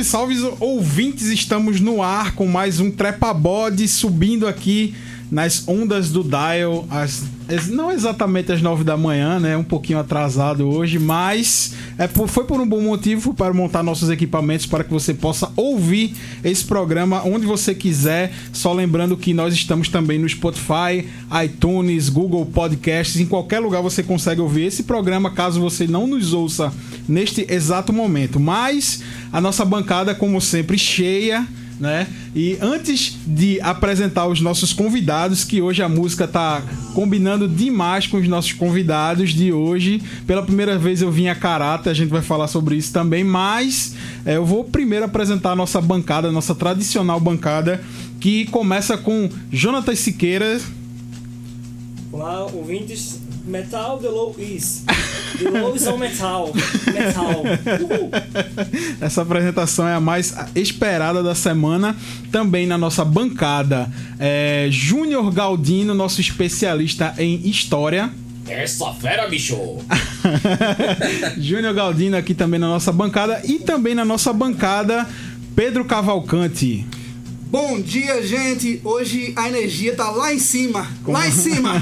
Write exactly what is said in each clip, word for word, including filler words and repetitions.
Salve, salve, ouvintes! Estamos no ar com mais um Trepa Bode, subindo aqui nas ondas do Dial, as, não exatamente às nove da manhã, né? Um pouquinho atrasado hoje, mas é por, foi por um bom motivo, para montar nossos equipamentos para que você possa ouvir esse programa onde você quiser. Só lembrando que nós estamos também no Spotify, iTunes, Google Podcasts, em qualquer lugar você consegue ouvir esse programa, caso você não nos ouça neste exato momento. Mas a nossa bancada, como sempre, cheia, né? E antes de apresentar os nossos convidados, que hoje a música tá combinando demais com os nossos convidados de hoje. Pela primeira vez eu vim a caráter, a gente vai falar sobre isso também, mas é, eu vou primeiro apresentar a nossa bancada, a nossa tradicional bancada, que começa com Jonatas Siqueira. Olá, ouvintes. Metal The Low is. The Low is on metal. Metal. Uhul. Essa apresentação é a mais esperada da semana. Também na nossa bancada, é Júnior Galdino, nosso especialista em história. Essa fera, bicho! Júnior Galdino aqui também na nossa bancada. E também na nossa bancada, Pedro Cavalcante. Bom dia, gente! Hoje a energia tá lá em cima, Como... lá em cima!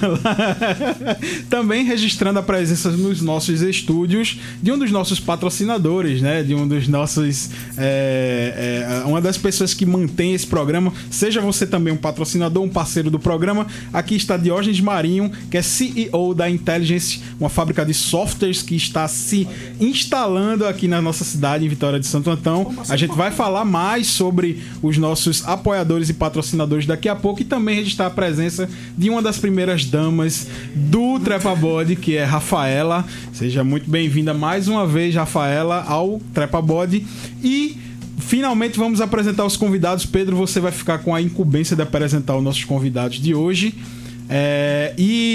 Também registrando a presença nos nossos estúdios de um dos nossos patrocinadores, né? De um dos nossos... É, é, uma das pessoas que mantém esse programa. Seja você também um patrocinador, um parceiro do programa. Aqui está Diógenes Marinho, que é C E O da Intelligence, uma fábrica de softwares que está se instalando aqui na nossa cidade, em Vitória de Santo Antão. A gente vai falar mais sobre os nossos apoiadores e patrocinadores daqui a pouco, e também registrar a presença de uma das primeiras damas do Trepa Bode, que é Rafaela. Seja muito bem-vinda mais uma vez, Rafaela, ao Trepa Bode. E finalmente vamos apresentar os convidados. Pedro, você vai ficar com a incumbência de apresentar os nossos convidados de hoje. É,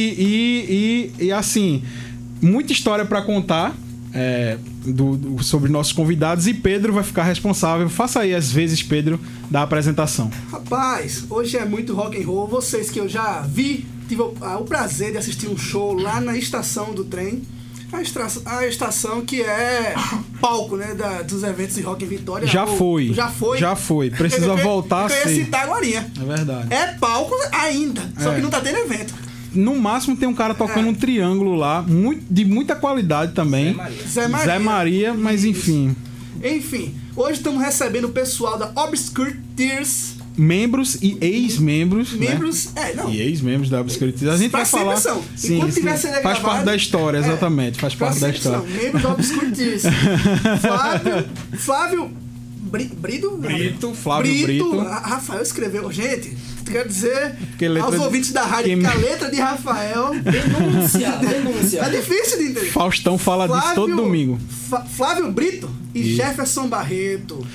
e, e, e, e assim, muita história para contar. É, do, do, sobre nossos convidados, e Pedro vai ficar responsável. Faça aí as vezes, Pedro, da apresentação. Rapaz, hoje é muito rock and roll. Vocês que eu já vi, tive o, o prazer de assistir um show lá na estação do trem, a, estra, a estação que é palco, né, da, dos eventos de rock em Vitória. Já ou, foi. Já foi. Já foi. Precisa eu, eu, voltar eu, eu a ser. Eu ia citar agorinha. É verdade. É palco ainda, só é. que não tá tendo evento. No máximo tem um cara tocando é. um triângulo lá, muito, de muita qualidade também. Zé Maria. Zé Maria, Zé Maria, mas enfim. Enfim, hoje estamos recebendo o pessoal da Obscure Tears. Membros e ex-membros. Membros, né? é, não. E ex-membros da Obscure Tears. A gente vai falar. São. Sim, sim. Faz gravado, parte da história, exatamente. É, faz parte da história. São membros da Obscure Tears. Flávio. Flávio. Brito? Brito, Flávio Brito. Brito. Rafael escreveu. Gente, quero dizer letra aos ouvintes da rádio que... que a letra de Rafael... Denúncia, denúncia. É difícil de entender. Faustão fala Flávio, disso todo domingo. Flávio Brito e, e Jefferson Barreto.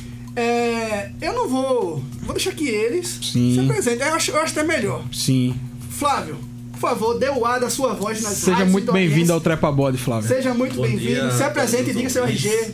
É, eu não vou... Vou deixar que eles Sim. se apresentem. Eu acho, eu acho até melhor. Sim. Flávio, por favor, dê o ar da sua voz nas Seja rádios muito bem-vindo ao Trepa Bode, Flávio. Seja muito bem-vindo. Se apresente e diga seu R G.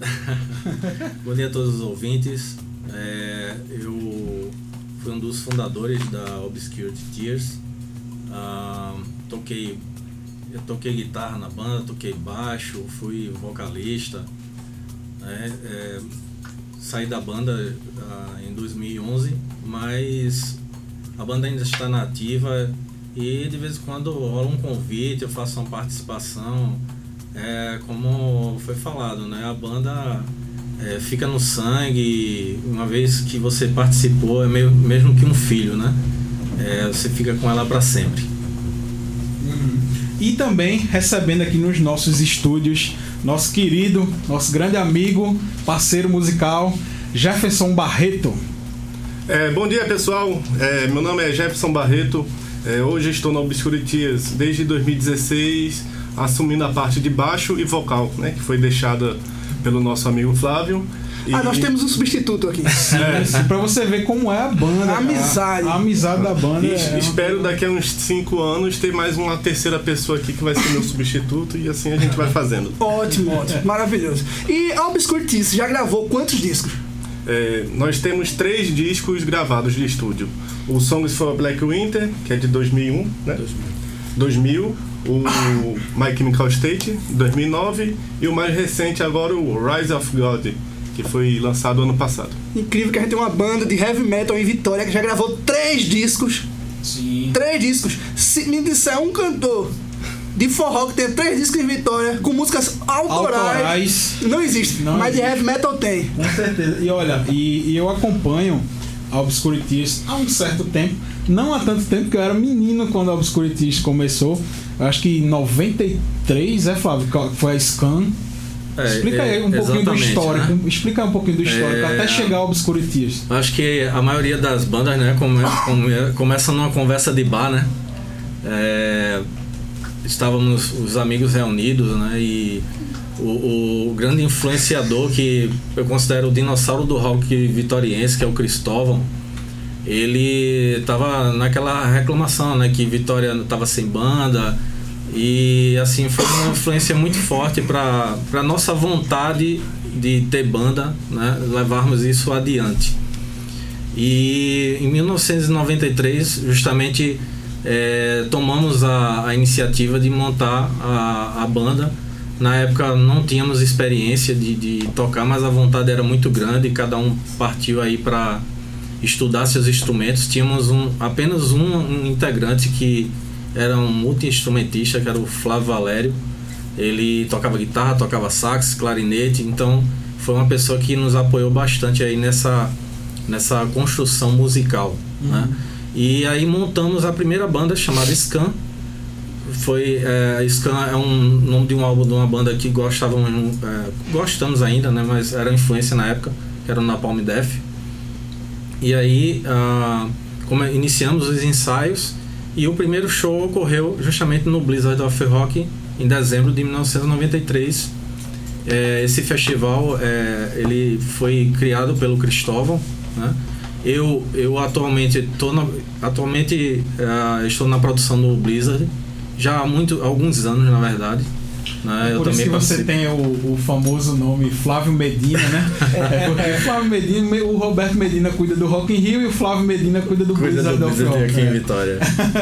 Bom dia a todos os ouvintes. É, eu fui um dos fundadores da Obscure Tears. Uh, toquei, eu toquei guitarra na banda, toquei baixo, fui vocalista. Né? É, saí da banda uh, em dois mil e onze, mas a banda ainda está na ativa e de vez em quando rola um convite, eu faço uma participação. É, como foi falado, né? A banda é, fica no sangue. Uma vez que você participou, é meio, mesmo que um filho, né? É, você fica com ela para sempre. Uhum. E também recebendo aqui nos nossos estúdios nosso querido, nosso grande amigo, parceiro musical, Jefferson Barreto. É, bom dia, pessoal. É, meu nome é Jefferson Barreto. É, hoje estou na Obscure Tears desde dois mil e dezesseis, assumindo a parte de baixo e vocal, né, que foi deixada pelo nosso amigo Flávio. E... Ah, nós temos um substituto aqui. É, pra você ver como é a banda. A amizade. A, a amizade da banda. E, é espero uma... daqui a uns cinco anos ter mais uma terceira pessoa aqui que vai ser meu substituto, e assim a gente vai fazendo. Ótimo, ótimo. Maravilhoso. E a Obscure Tears já gravou quantos discos? É, nós temos três discos gravados de estúdio. O Songs for Black Winter, que é de dois mil e um, né? dois mil. O My Chemical State, dois mil e nove. E o mais recente agora, o Rise of God, que foi lançado ano passado. Incrível que a gente tem uma banda de heavy metal em Vitória que já gravou três discos. Sim. Três discos. Se me disser um cantor de forró que tem três discos em Vitória com músicas autorais, Autorais. não existe. Não mas existe. de heavy metal tem. Com certeza. E olha, e, e eu acompanho a Obscurities há um certo tempo. Não há tanto tempo, que eu era menino quando a Obscurities começou. Eu acho que em noventa e três, é, Flávio? Foi a Scan. É, Explica aí um é, pouquinho do histórico. né? Explica um pouquinho do histórico, É, até chegar ao Obscurities. Acho que a maioria das bandas, né, come, come, começa numa conversa de bar, né? É, estávamos os amigos reunidos, né? E o, o grande influenciador que eu considero o dinossauro do rock vitoriense, que é o Cristóvão, ele estava naquela reclamação, né? Que Vitória estava sem banda. E assim, foi uma influência muito forte para a nossa vontade de ter banda, né? Levarmos isso adiante. E em mil novecentos e noventa e três, justamente, é, tomamos a, a iniciativa de montar a, a banda. Na época não tínhamos experiência de, de tocar, mas a vontade era muito grande e cada um partiu aí para estudar seus instrumentos. Tínhamos um, apenas um, um integrante que era um multi-instrumentista, que era o Flávio Valério. Ele tocava guitarra, tocava sax, clarinete, então foi uma pessoa que nos apoiou bastante aí nessa, nessa construção musical, uhum. né? E aí montamos a primeira banda chamada Scan. Foi, é, Scan é um nome de um álbum de uma banda que gostávamos, é, gostamos ainda, né? Mas era influência na época, que era o Napalm Death. E aí ah, como iniciamos os ensaios. E o primeiro show ocorreu justamente no Blizzard of Rock em dezembro de mil novecentos e noventa e três. É, esse festival é, ele foi criado pelo Cristóvão, né? Eu, eu atualmente, tô na, atualmente uh, estou na produção do Blizzard já há muito, alguns anos, na verdade. Né? É por eu isso também que participo. você tem o, o famoso nome Flávio Medina, né? É porque o Flávio Medina, o Roberto Medina cuida do Rock in Rio e o Flávio Medina cuida do Cuida Blizzard do of Blizzard Rock. aqui É. em Vitória.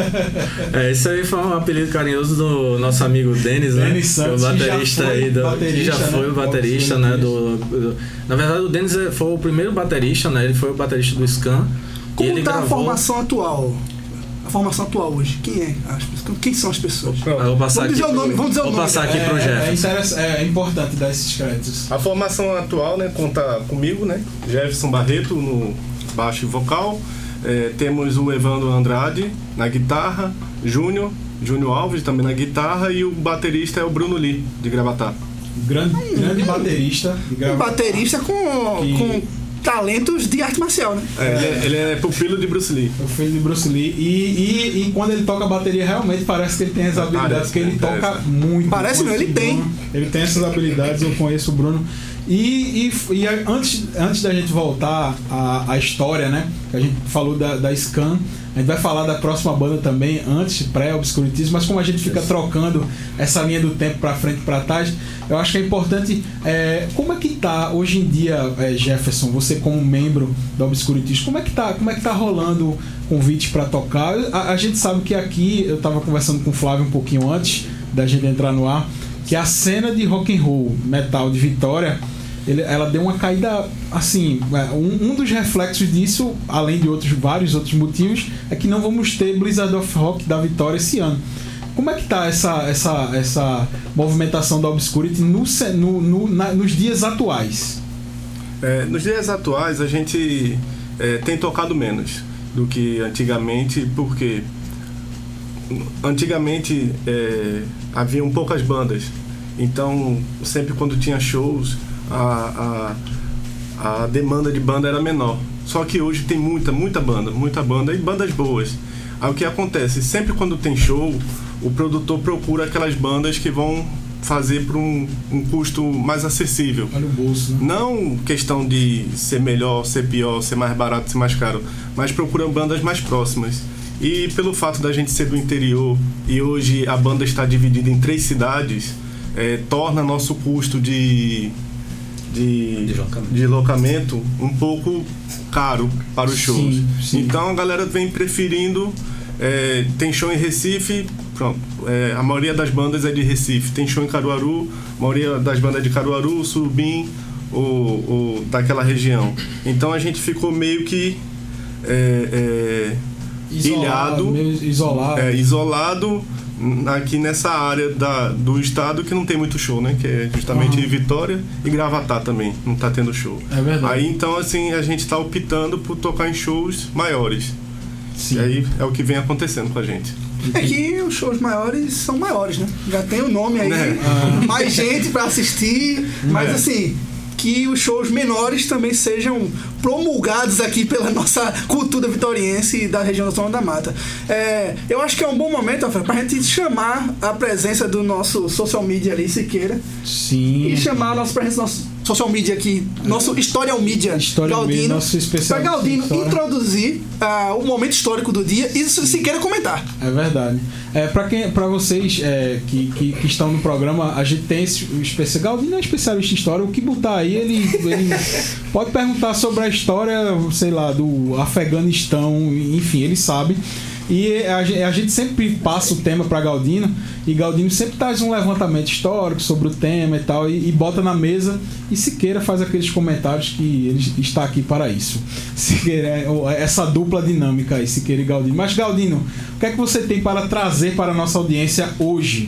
É, isso aí foi um apelido carinhoso do nosso amigo Denis, né? Denis Santos, o baterista aí do, que já foi o baterista, né? Do, do, na verdade, o Denis foi o primeiro baterista, né? Ele foi o baterista do Scan. Como ele está gravou... a formação atual? A formação atual hoje? Quem é? As pessoas? Quem são as pessoas? Eu vou passar Vamos dizer aqui o nome, pro, vamos dizer o vou nome. passar aqui É, pro é, Jefferson. interessa- é importante dar esses créditos. A formação atual, né, conta comigo, né? Jefferson Barreto no baixo e vocal. É, temos o Evandro Andrade na guitarra, Júnior, Júnior Alves também na guitarra e o baterista é o Bruno Lee, de Gravatá. Grande, grande baterista. de Um grava- baterista com, Que- com talentos de arte marcial, né? É, ele, é, ele é pupilo de Bruce Lee. O filho de Bruce Lee. E, e, e quando ele toca bateria, realmente parece que ele tem as habilidades, Parece, porque ele né? toca Parece. muito. Parece Eu não, ele conheço o tem. Bruno, Ele tem essas habilidades, eu conheço o Bruno. E, e, e antes, antes da gente voltar à, à história, né? Que a gente falou da, da Scan, a gente vai falar da próxima banda também, antes, pré-Obscurities, mas como a gente fica trocando essa linha do tempo pra frente e pra trás, eu acho que é importante. É, como é que tá hoje em dia, é, Jefferson, você como membro da Obscurities, como é que tá, como é que tá rolando convite pra tocar? A, a gente sabe que aqui, eu tava conversando com o Flávio um pouquinho antes da gente entrar no ar, que a cena de rock and roll metal de Vitória, ele, ela deu uma caída assim, um, um dos reflexos disso, além de outros vários outros motivos, é que não vamos ter Blizzard of Rock da Vitória esse ano. Como é que tá essa, essa, essa movimentação da Obscurity no, no, no, na, nos dias atuais? É, nos dias atuais a gente é, tem tocado menos do que antigamente, porque antigamente é, haviam poucas bandas, então sempre quando tinha shows a, a, a demanda de banda era menor. Só que hoje tem muita, muita banda, muita banda e bandas boas. Aí o que acontece? Sempre quando tem show, o produtor procura aquelas bandas que vão fazer por um, um custo mais acessível. Olha o bolso, né? Não questão de ser melhor, ser pior, ser mais barato, ser mais caro, mas procuram bandas mais próximas. E pelo fato da gente ser do interior e hoje a banda está dividida em três cidades, é, torna nosso custo de, de, Deslocamento. de locamento um pouco caro para os shows. Sim, sim. Então a galera vem preferindo. É, tem show em Recife, pronto, é, a maioria das bandas é de Recife. Tem show em Caruaru, a maioria das bandas é de Caruaru, Surubim o, o, daquela região. Então a gente ficou meio que é, é, Isolado, ilhado, meio isolado. É, isolado aqui nessa área da, do estado que não tem muito show, né? Que é justamente Uhum. Vitória e Gravatá também, não tá tendo show. É verdade. Aí então assim, a gente tá optando por tocar em shows maiores. Sim. E aí é o que vem acontecendo com a gente. É que os shows maiores são maiores, né? Já tem o nome aí, Né? mais gente pra assistir, mas É. assim, que os shows menores também sejam promulgados aqui pela nossa cultura vitoriense e da região da Zona da Mata. É, eu acho que é um bom momento, Rafael, pra gente chamar a presença do nosso social media ali, Siqueira, Sim. e chamar a nossa presença, nosso social media aqui, nosso Historial Media, Historial Media, Galdino, nosso pra especialista em Galdino história. introduzir ah, o momento histórico do dia e se Siqueira comentar. É verdade. É, para quem, para vocês é, que, que, que estão no programa, a gente tem esse o especial. Galdino é especialista em história. O que botar aí, ele, ele pode perguntar sobre a história, sei lá, do Afeganistão, enfim, ele sabe. E a, gen- a gente sempre passa o tema para Galdino, e Galdino sempre traz um levantamento histórico sobre o tema e tal, e, e bota na mesa, e Siqueira faz aqueles comentários que ele está aqui para isso. Siqueira, é, o- essa dupla dinâmica aí, Siqueira e Galdino. Mas Galdino, o que é que você tem para trazer para a nossa audiência hoje?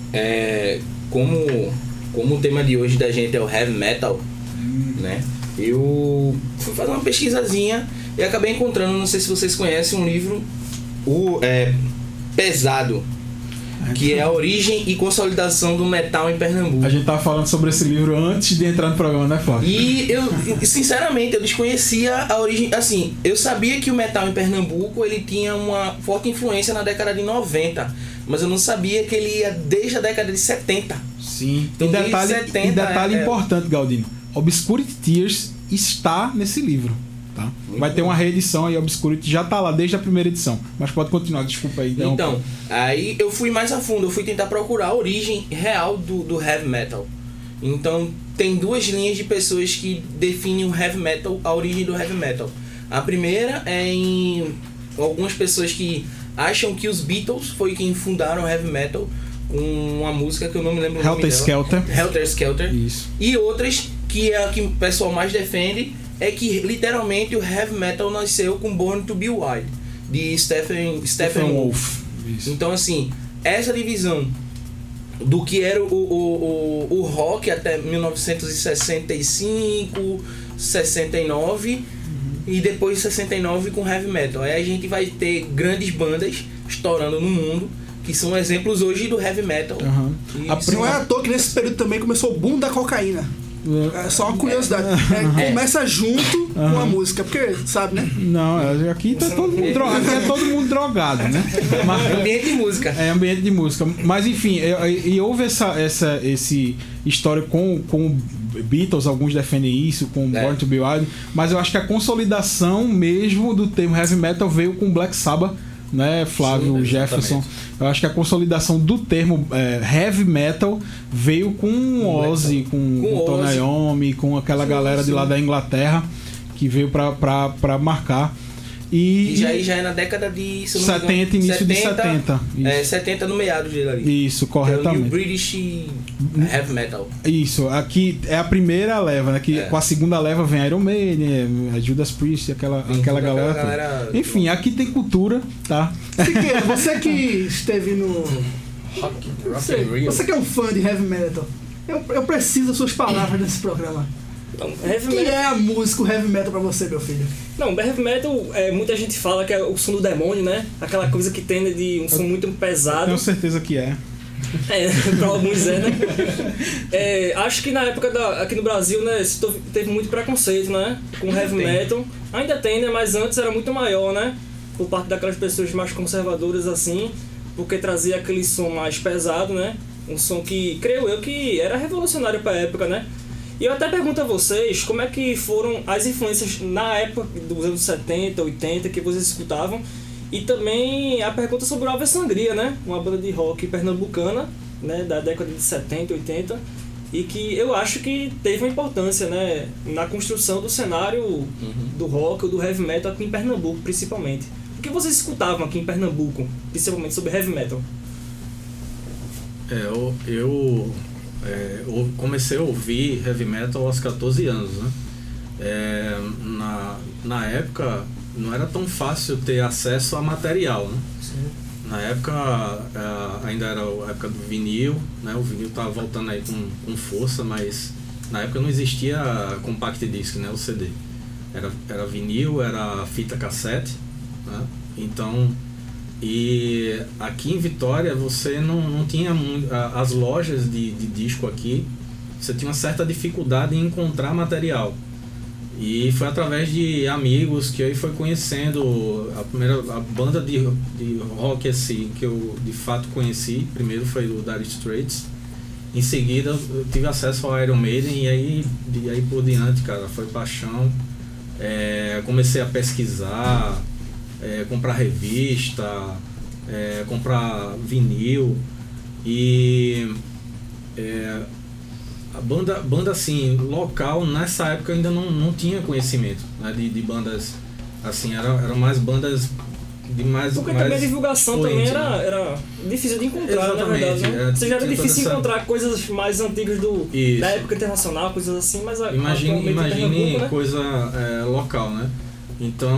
É, como, como o tema de hoje da gente é o heavy metal, né? Eu fui fazer uma pesquisazinha e acabei encontrando, não sei se vocês conhecem, um livro o, é, pesado, que é a origem e consolidação do metal em Pernambuco. A gente tava falando sobre esse livro antes de entrar no programa, né, Flávio? E eu, sinceramente, eu desconhecia a origem. Assim, eu sabia que o metal em Pernambuco ele tinha uma forte influência na década de noventa, mas eu não sabia que ele ia desde a década de setenta. Sim. Então, e detalhe, desde setenta, e detalhe é- importante, Galdino. Obscurity Tears está nesse livro. Tá? Vai ter uma reedição aí, Obscurity já tá lá desde a primeira edição. Mas pode continuar, desculpa aí. interromper. Então, aí eu fui mais a fundo, eu fui tentar procurar a origem real do, do heavy metal. Então, tem duas linhas de pessoas que definem o heavy metal, a origem do heavy metal. A primeira é em algumas pessoas que acham que os Beatles foi quem fundaram o heavy metal com uma música que eu não me lembro o nome Helter dela. Skelter. Helter Skelter. Isso. E outras que é a que o pessoal mais defende é que literalmente o heavy metal nasceu com Born to Be Wild, de Stephen, Stephen Wolf. Isso. Então, assim, essa divisão do que era o, o, o, o rock até mil novecentos e sessenta e cinco, sessenta e nove e depois sessenta e nove com heavy metal. Aí a gente vai ter grandes bandas estourando no mundo, que são exemplos hoje do heavy metal. Aham. E A são- Não é à toa que nesse período também começou o boom da cocaína. É só uma curiosidade. É, começa junto com a música, porque, sabe, né? Não, aqui tá todo mundo drogado. Aqui é todo mundo drogado, né? Mas, ambiente de música. é ambiente de música. Mas enfim, e, e houve essa, essa esse história com, com Beatles, alguns defendem isso, com É. Born to Be Wild, mas eu acho que a consolidação mesmo do termo heavy metal veio com Black Sabbath, né, Flávio Sim, Jefferson. exatamente. Eu acho que a consolidação do termo é, heavy metal veio com Ozzy, com, Com com Tony Ozzy. Iommi, com aquela Sim, galera de sim. lá da Inglaterra que veio pra, pra, pra marcar. E, E já, já é na década de se eu não me engano, setenta, início de setenta. É, Isso. setenta no meados dele ali. Isso, Que é o New corretamente. British Heavy Metal. Isso, aqui é a primeira leva, né? Que É. com a segunda leva vem Iron Maiden, é Judas Priest, aquela, Tem aquela toda galera. aquela toda. galera- Enfim, aqui tem cultura, tá? Siqueira, você que esteve no. Rock, rock Você, and Rio. você que é um fã de heavy metal, eu, eu preciso das suas palavras nesse programa. Então, O heavy que metal. é a música, o heavy metal pra você, meu filho? Não, heavy metal, é, muita gente fala que é o som do demônio, né? Aquela coisa que tem de um som muito pesado. Tenho certeza que é. É, pra alguns é, né? É, acho que na época da, aqui no Brasil, né, se to- teve muito preconceito, né? Com heavy tem. metal. Ainda tem, né? Mas antes era muito maior, né? Por parte daquelas pessoas mais conservadoras assim, porque trazia aquele som mais pesado, né? Um som que, creio eu, que era revolucionário pra época, né? E eu até pergunto a vocês como é que foram as influências na época dos anos setenta, oitenta que vocês escutavam. E também a pergunta sobre o Ave Sangria, né? Uma banda de rock pernambucana, né? Da década de setenta, oitenta. E que eu acho que teve uma importância, né? Na construção do cenário do rock ou do heavy metal aqui em Pernambuco, principalmente. O que vocês escutavam aqui em Pernambuco, principalmente sobre heavy metal? É, eu, eu é, eu comecei a ouvir heavy metal aos catorze anos, né? É, na, na época não era tão fácil ter acesso a material, né? Sim. Na época é, ainda era a época do vinil, né? O vinil estava voltando aí com, com força, mas na época não existia compact disc, né? O C D. Era, era vinil, era fita cassete, né? Então, e aqui em Vitória você não, não tinha muito, as lojas de, de disco aqui, você tinha uma certa dificuldade em encontrar material. E foi através de amigos que aí foi conhecendo a primeira a banda de, de rock assim, que eu de fato conheci. Primeiro foi o Dire Straits. Em seguida eu tive acesso ao Iron Maiden e aí, de aí por diante, cara, foi paixão. É, comecei a pesquisar, é, comprar revista, é, comprar vinil e... É, a banda, banda assim, local, nessa época eu ainda não, não tinha conhecimento, né, de, de bandas assim, eram era mais bandas de mais... Porque mais também a divulgação também era, né? Era difícil de encontrar, na verdade, né? É, Você já era difícil essa... encontrar coisas mais antigas do, da época internacional, coisas assim, mas... Imagine, imagine né? coisa é, local, né? Então,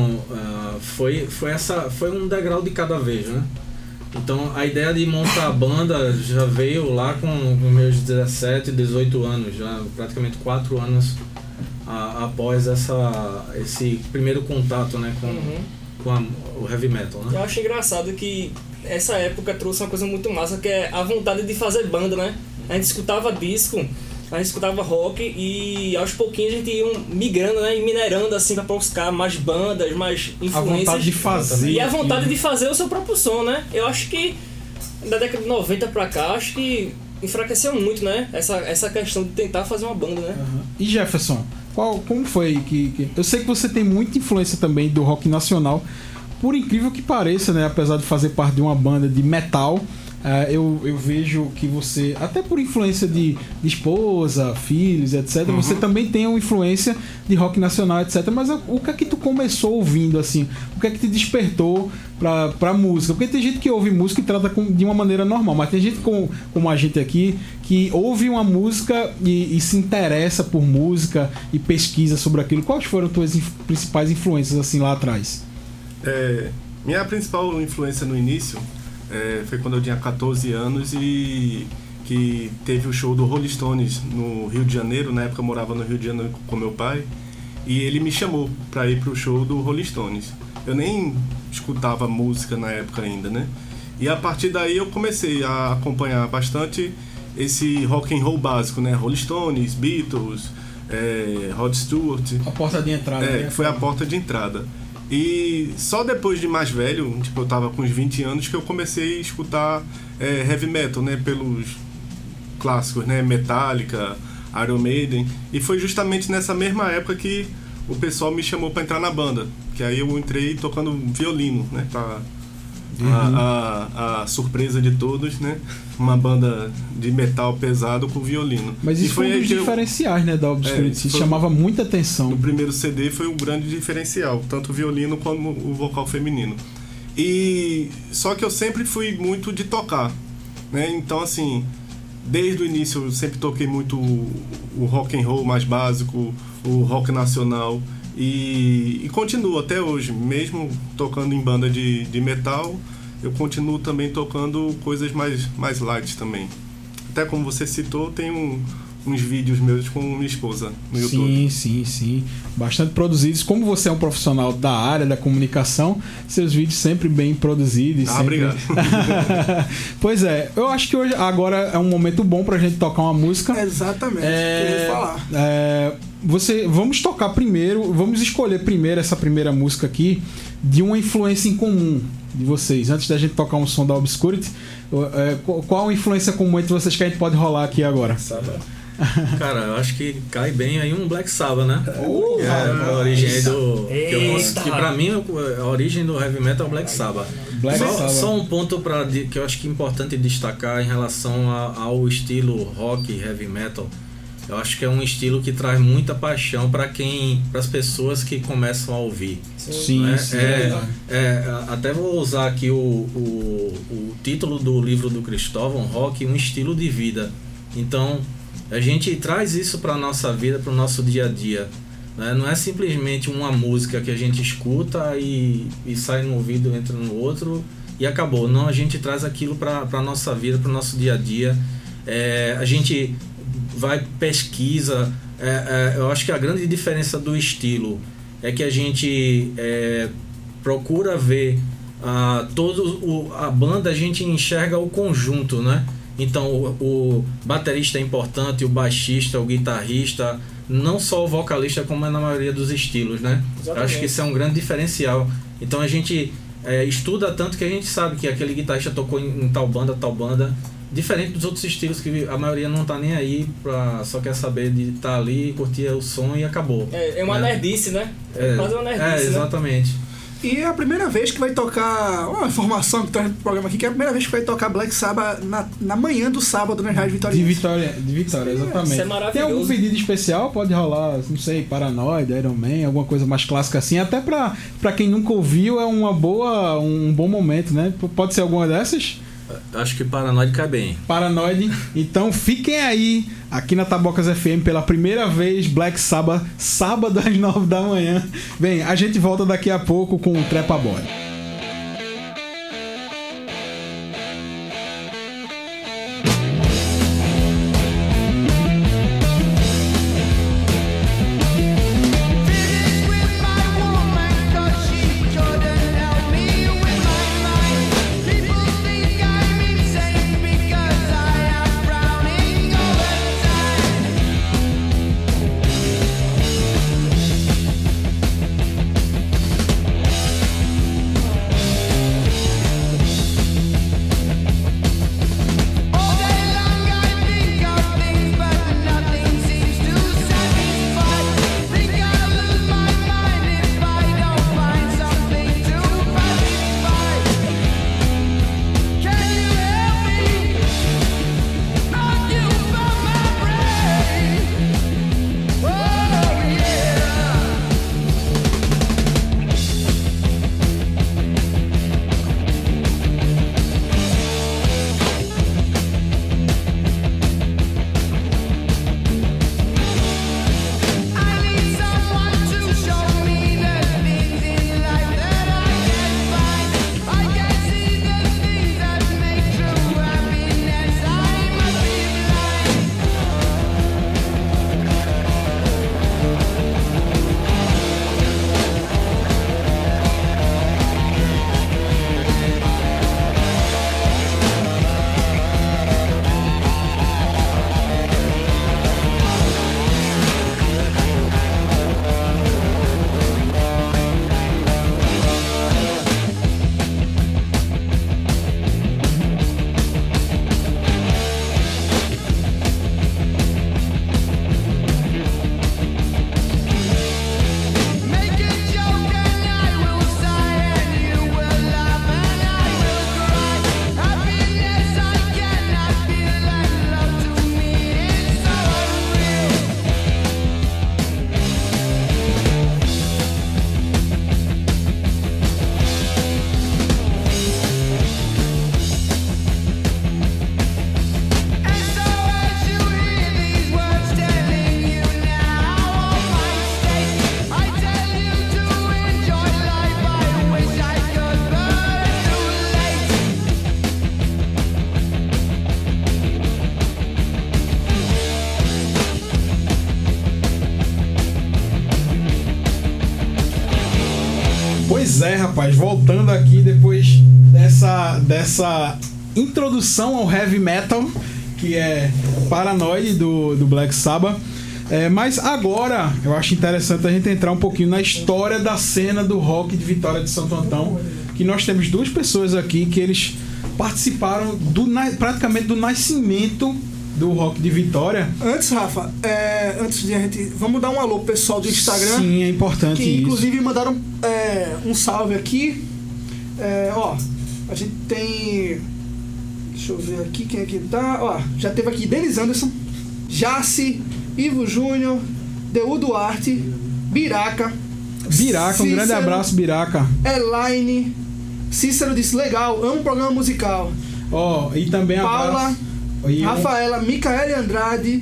uh, foi, foi, essa, foi um degrau de cada vez, né? Então a ideia de montar a banda já veio lá com meus dezessete, dezoito anos, já praticamente quatro anos a, após essa, esse primeiro contato, né, com, uhum. com a, o heavy metal, né? Eu acho engraçado que essa época trouxe uma coisa muito massa, que é a vontade de fazer banda, né? A gente escutava disco, a gente escutava rock e aos pouquinhos a gente ia migrando, né? E minerando assim pra buscar mais bandas, mais influências. A vontade de fazer. E a vontade aqui. de fazer o seu próprio som, né? Eu acho que da década de noventa pra cá, acho que enfraqueceu muito, né? Essa, essa questão de tentar fazer uma banda, né? Uhum. E Jefferson, qual, como foi que, que... Eu sei que você tem muita influência também do rock nacional. Por incrível que pareça, né? Apesar de fazer parte de uma banda de metal... Uh, eu, eu vejo que você, até por influência de, de esposa, filhos, etcétera, uhum. você também tem uma influência de rock nacional, etcétera. Mas o que é que tu começou ouvindo, assim? O que é que te despertou pra, pra música? Porque tem gente que ouve música e trata com, de uma maneira normal, mas tem gente como, como a gente aqui que ouve uma música e, e se interessa por música e pesquisa sobre aquilo. Quais foram tuas inf- principais influências, assim, lá atrás? É, minha principal influência no início... É, foi quando eu tinha catorze anos e que teve o show do Rolling Stones no Rio de Janeiro. Na época eu morava no Rio de Janeiro com meu pai e ele me chamou para ir pro show do Rolling Stones. Eu nem escutava música na época ainda, né? E a partir daí eu comecei a acompanhar bastante esse rock and roll básico, né? Rolling Stones, Beatles, é, Rod Stewart. A porta de entrada. É, né? foi a porta de entrada. E só depois de mais velho, tipo, eu tava com uns vinte anos, que eu comecei a escutar é, heavy metal, né? Pelos clássicos, né? Metallica, Iron Maiden. E foi justamente nessa mesma época que o pessoal me chamou para entrar na banda. Que aí eu entrei tocando violino, né? Pra uhum. a, a, a surpresa de todos, né? Uma banda de metal pesado com violino. Mas isso e foi um dos diferenciais, eu... né, da Obscurity. É, chamava muita atenção. No primeiro C D foi um grande diferencial, tanto o violino como o vocal feminino. E só que eu sempre fui muito de tocar, né? Então assim, desde o início eu sempre toquei muito o, o rock and roll mais básico, o rock nacional e, e continuo até hoje, mesmo tocando em banda de, de metal. Eu continuo também tocando coisas mais, mais light também. Até como você citou, tem um, uns vídeos meus com minha esposa no YouTube. Sim, sim, sim. Bastante produzidos. Como você é um profissional da área da comunicação, seus vídeos sempre bem produzidos. Ah, sempre... obrigado. Pois é, eu acho que hoje, agora é um momento bom pra gente tocar uma música. Exatamente, é, queria falar. É, você, vamos tocar primeiro, vamos escolher primeiro essa primeira música aqui de uma influência em comum de vocês. Antes da gente tocar um som da Obscurity, é, qual a influência comum entre vocês que a gente pode rolar aqui agora? Cara, eu acho que cai bem aí um Black Sabbath, né? Uh, é, a origem do... Eita. Que, eu, que pra mim, a origem do heavy metal é o Black Sabbath. Black só, Sabbath. Só um ponto pra, que eu acho que é importante destacar em relação a, ao estilo rock e heavy metal. Eu acho que é um estilo que traz muita paixão para quem, para as pessoas que começam a ouvir. Sim, né? sim, é, é, até vou usar aqui o, o, o título do livro do Cristóvão, Rock, um estilo de vida. Então, a gente traz isso para a nossa vida, para o nosso dia a dia. Né? Não é simplesmente uma música que a gente escuta e, e sai no ouvido, entra no outro e acabou. Não, a gente traz aquilo para a nossa vida, para o nosso dia a dia. É, a gente vai, pesquisa. É, é, eu acho que a grande diferença do estilo é que a gente é, procura ver a, todo o, a banda, a gente enxerga o conjunto, né? Então o, o baterista é importante, o baixista, o guitarrista, não só o vocalista, como é na maioria dos estilos, né? Eu acho que isso é um grande diferencial. Então a gente é, estuda tanto que a gente sabe que aquele guitarrista tocou em, em tal banda, tal banda, diferente dos outros estilos que a maioria não tá nem aí, pra, só quer saber de estar tá ali, curtir o som e acabou. É, é uma né? nerdice, né? É, quase uma nerdice, é, exatamente. Né? E é a primeira vez que vai tocar, uma informação que traz pro programa aqui, que é a primeira vez que vai tocar Black Sabbath na, na manhã do sábado nas rádios Vitória. De Vitória, de Vitória, exatamente. Isso é maravilhoso. Tem algum pedido especial? Pode rolar, não sei, Paranoid, Iron Man, alguma coisa mais clássica assim. Até pra, pra quem nunca ouviu, é uma boa, um bom momento, né? Pode ser alguma dessas? Acho que Paranoid cai bem. Paranoid. Então fiquem aí, aqui na Tabocas F M, pela primeira vez, Black Sabbath, sábado às nove da manhã. Bem, a gente volta daqui a pouco com o Trepa Boy. Pois é, rapaz, voltando aqui depois dessa, dessa introdução ao heavy metal, que é Paranoid do, do Black Sabbath. É, mas agora eu acho interessante a gente entrar um pouquinho na história da cena do rock de Vitória de Santo Antão, que nós temos duas pessoas aqui que eles participaram do, praticamente do nascimento do rock de Vitória. Antes, Rafa, é, antes de a gente... Vamos dar um alô pro pessoal do Instagram. Sim, é importante que, isso. Inclusive, mandaram é, um salve aqui. É, ó, a gente tem... Deixa eu ver aqui quem é que tá. Ó, já teve aqui Denis Anderson, Jace, Ivo Júnior, Deu Duarte, Biraca. Biraca, um Cícero, grande abraço, Biraca. Elaine. Cícero disse, legal, amo o programa musical. Ó, e também Paula, abraço. E Rafaela, Micaele Andrade,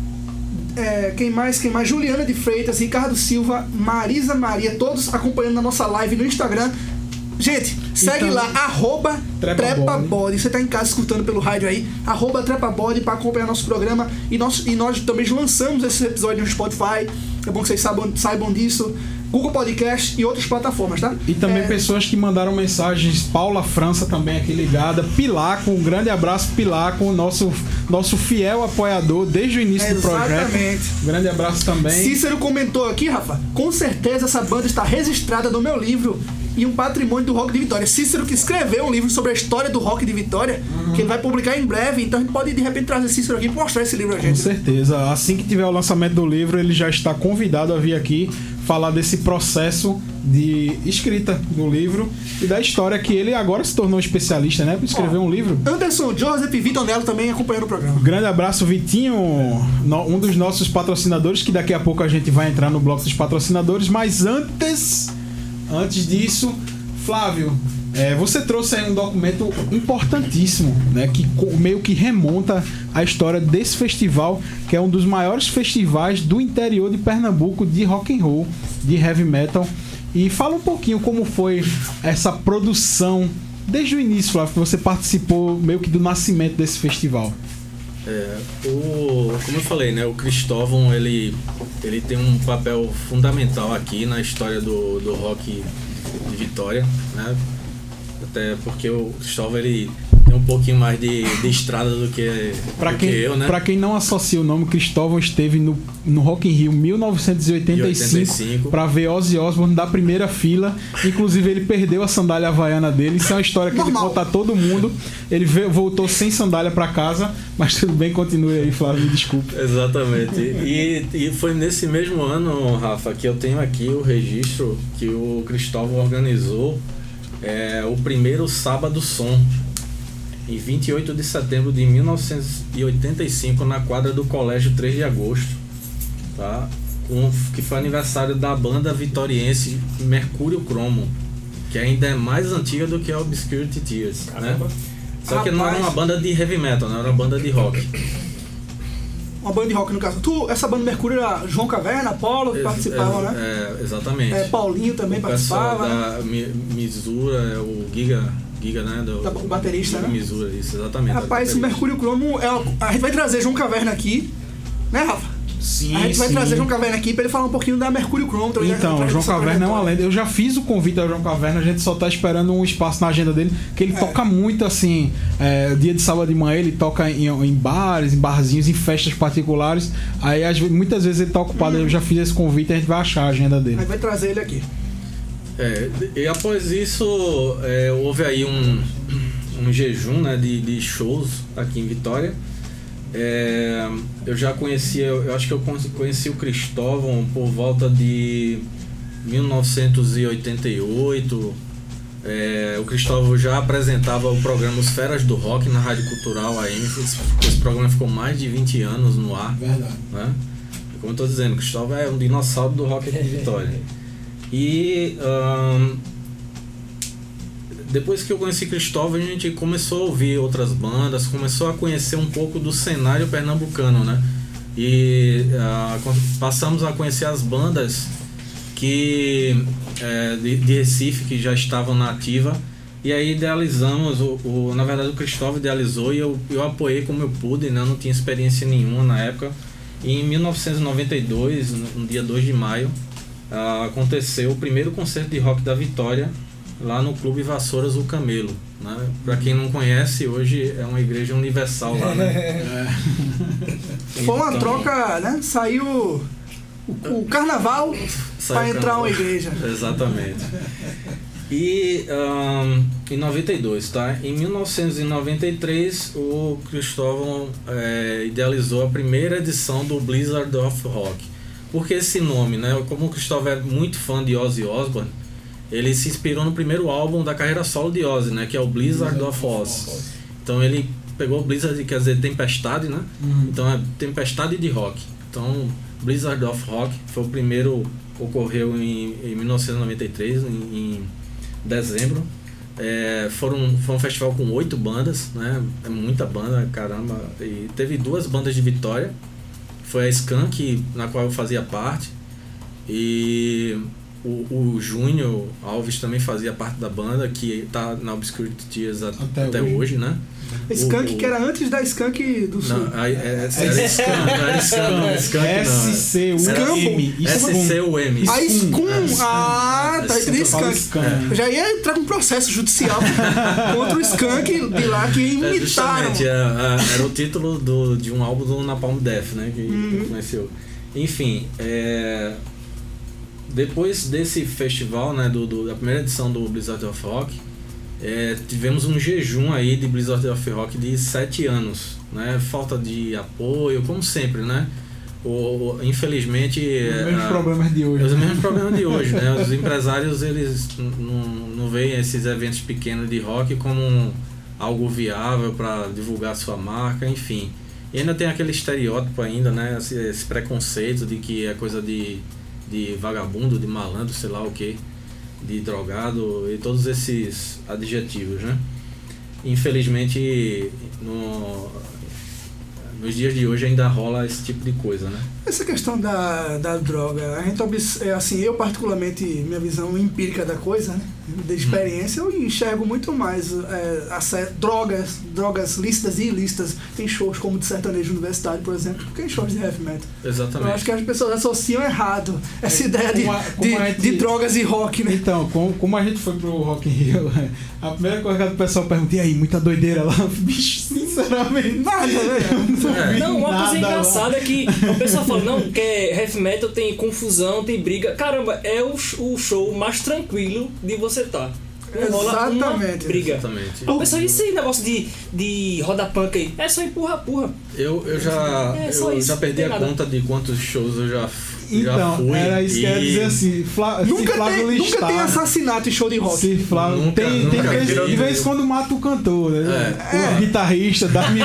é, quem mais, quem mais? Juliana de Freitas, Ricardo Silva, Marisa Maria, todos acompanhando a nossa live no Instagram. Gente, segue então, lá, arroba Trepabode. Você tá em casa escutando pelo rádio aí, arroba Trepabode para acompanhar nosso programa. E nós, e nós também lançamos esse episódio no Spotify. É bom que vocês saibam, saibam disso. Google Podcast e outras plataformas, tá? E também é... pessoas que mandaram mensagens. Paula França também aqui ligada. Pilaco, um grande abraço, Pilaco, nosso, nosso fiel apoiador desde o início é, do projeto. Exatamente. Um grande abraço também. Cícero comentou aqui, Rafa, com certeza essa banda está registrada no meu livro e um patrimônio do rock de Vitória. Cícero que escreveu um livro sobre a história do rock de Vitória, uhum. que ele vai publicar em breve, então a gente pode de repente trazer Cícero aqui e mostrar esse livro a gente. Com certeza. Assim que tiver o lançamento do livro, ele já está convidado a vir aqui falar desse processo de escrita do livro e da história que ele agora se tornou especialista, né? Para escrever oh, um livro. Anderson Joseph e Vitor Nello também acompanhando o programa. Grande abraço, Vitinho, um dos nossos patrocinadores, que daqui a pouco a gente vai entrar no bloco dos patrocinadores, mas antes, antes disso, Flávio, é, você trouxe aí um documento importantíssimo, né, que meio que remonta a história desse festival, que é um dos maiores festivais do interior de Pernambuco de rock and roll, de heavy metal. E fala um pouquinho como foi essa produção desde o início, Flávio, que você participou meio que do nascimento desse festival. É, o, como eu falei, né, o Cristóvão ele, ele tem um papel fundamental aqui na história do, do rock de Vitória, né? Até porque o Cristóvão ele tem um pouquinho mais de, de estrada do que, pra do quem, que eu, né? Pra quem não associa o nome, Cristóvão esteve no, no Rock in Rio mil novecentos e oitenta e cinco para ver Ozzy Osbourne da primeira fila. Inclusive ele perdeu a sandália havaiana dele. Isso é uma história que Normal. ele conta a todo mundo. Ele veio, voltou sem sandália para casa, mas tudo bem, continue aí, Flávio, me desculpe. Exatamente. E, e foi nesse mesmo ano, Rafa, que eu tenho aqui o registro que o Cristóvão organizou é, o primeiro Sábado Som, em vinte e oito de setembro de mil novecentos e oitenta e cinco, na quadra do Colégio três de agosto, tá? Um, que foi aniversário da banda vitoriense Mercúrio Cromo, que ainda é mais antiga do que a Obscurity Tears, né? Só que não era uma banda de heavy metal, não era uma banda de rock. Uma banda de rock, no caso. Tu, essa banda Mercúrio era João Caverna, Apolo, que Ex participavam, é, né? É, exatamente. É, Paulinho também o participava. Da Mi Misura, o Giga, Giga, né? Do, o baterista, Giga né? Misura, isso, exatamente. Rapaz, esse Mercúrio Cromo, é, a gente vai trazer João Caverna aqui, né, Rafa? Sim, a gente vai sim. trazer João Caverna aqui pra ele falar um pouquinho da Mercúrio Cromo. Então, João Caverna é uma lenda. Eu já fiz o convite ao João Caverna, a gente só tá esperando um espaço na agenda dele, que ele é. toca muito, assim, é, dia de sábado de manhã ele toca em, em bares, em barzinhos, em festas particulares. Aí às, muitas vezes ele tá ocupado, hum. eu já fiz esse convite, a gente vai achar a agenda dele. A gente vai trazer ele aqui. É, e após isso, é, houve aí um, um jejum, né, de, de shows aqui em Vitória. É, eu já conhecia, eu acho que eu conheci o Cristóvão por volta de mil novecentos e oitenta e oito. É, o Cristóvão já apresentava o programa Os Feras do Rock na Rádio Cultural A M. Esse, esse programa ficou mais de vinte anos no ar. Verdade. Né? Como eu estou dizendo, o Cristóvão é um dinossauro do rock aqui de Vitória. E um, depois que eu conheci Cristóvão, a gente começou a ouvir outras bandas, começou a conhecer um pouco do cenário pernambucano, né? E uh, passamos a conhecer as bandas que, é, de, de Recife, que já estavam na ativa. E aí idealizamos, o, o, na verdade o Cristóvão idealizou e eu, eu apoiei como eu pude, né? Eu não tinha experiência nenhuma na época. E em mil novecentos e noventa e dois, no dia dois de maio, uh, aconteceu o primeiro concerto de rock da Vitória, lá no Clube Vassouras O Camelo, né? Pra quem não conhece, hoje é uma igreja universal lá, né? É. Foi uma então, troca, né? Saiu o, o carnaval para entrar uma igreja. Exatamente. E um, em noventa e dois, tá? Em mil novecentos e noventa e três, o Cristóvão é, idealizou a primeira edição do Blizzard of Rock. Por que esse nome, né? Como o Cristóvão é muito fã de Ozzy Osbourne, ele se inspirou no primeiro álbum da carreira solo de Ozzy, né? Que é o Blizzard, Blizzard of Oz. Então ele pegou Blizzard, quer dizer tempestade, né? Uhum. Então é tempestade de rock. Então Blizzard of Rock foi o primeiro, ocorreu em, em mil novecentos e noventa e três, em, em dezembro. É, foram, foi um festival com oito bandas, né? É muita banda, caramba. E teve duas bandas de Vitória. Foi a Skunk, na qual eu fazia parte. E o, o Júnior Alves também fazia parte da banda, que tá na Obscurity Tears até, até hoje. hoje, né? Skunk, o, que era antes da Skunk do Sul. Não, é, é, era Skunk, não era Skunk, Skunk S C U M. S C U M. A Skunk. Ah, tá entre Skunk. Eu já ia entrar com um processo judicial contra o Skunk de lá que imitaram. É, justamente, era, era o título do, de um álbum do Napalm Death, né? Que uhum. conheceu. Enfim, é, depois desse festival, né, do, do, da primeira edição do Blizzard of Rock, é, tivemos um jejum aí de Blizzard of Rock de sete anos, né? Falta de apoio, como sempre, né? O, o, infelizmente... Os mesmos problemas de hoje. Os mesmos problemas de hoje, né? Os empresários, eles não, não veem esses eventos pequenos de rock como algo viável para divulgar sua marca, enfim. E ainda tem aquele estereótipo ainda, né? Esse, esse preconceito de que é coisa de, de vagabundo, de malandro, sei lá o quê, de drogado e todos esses adjetivos, né? Infelizmente, no, nos dias de hoje ainda rola esse tipo de coisa, né? Essa questão da, da droga, a gente, assim, eu particularmente, minha visão empírica da coisa, né? Da experiência, eu enxergo muito mais é, a, drogas, drogas lícitas e ilícitas em shows como de sertanejo universitário, por exemplo, do que em shows de heavy metal. Exatamente. Eu acho que as pessoas associam errado essa é, ideia de, a, de, gente, de drogas e rock, né? Então, como, como a gente foi pro Rock in Rio, a primeira coisa que o pessoal pergunta, e aí, muita doideira lá? Bicho, sinceramente, nada, né? É. Não, uma coisa engraçada é que o pessoal fala, não, que heavy metal tem confusão, tem briga. Caramba, é o, o show mais tranquilo de você estar. Não rola uma briga. Exatamente. O pessoal, isso aí, negócio de, de roda punk aí, é só empurra, empurra. Eu, eu já, é eu já perdi a nada. conta de quantos shows eu já, então, já fui. Era isso que eu ia dizer assim. Flá, nunca, tem, listar, nunca tem assassinato em show de rock. Se Flá, nunca, tem, nunca, tem vez, de vez em quando mata o cantor, né? É. O é. guitarrista da minha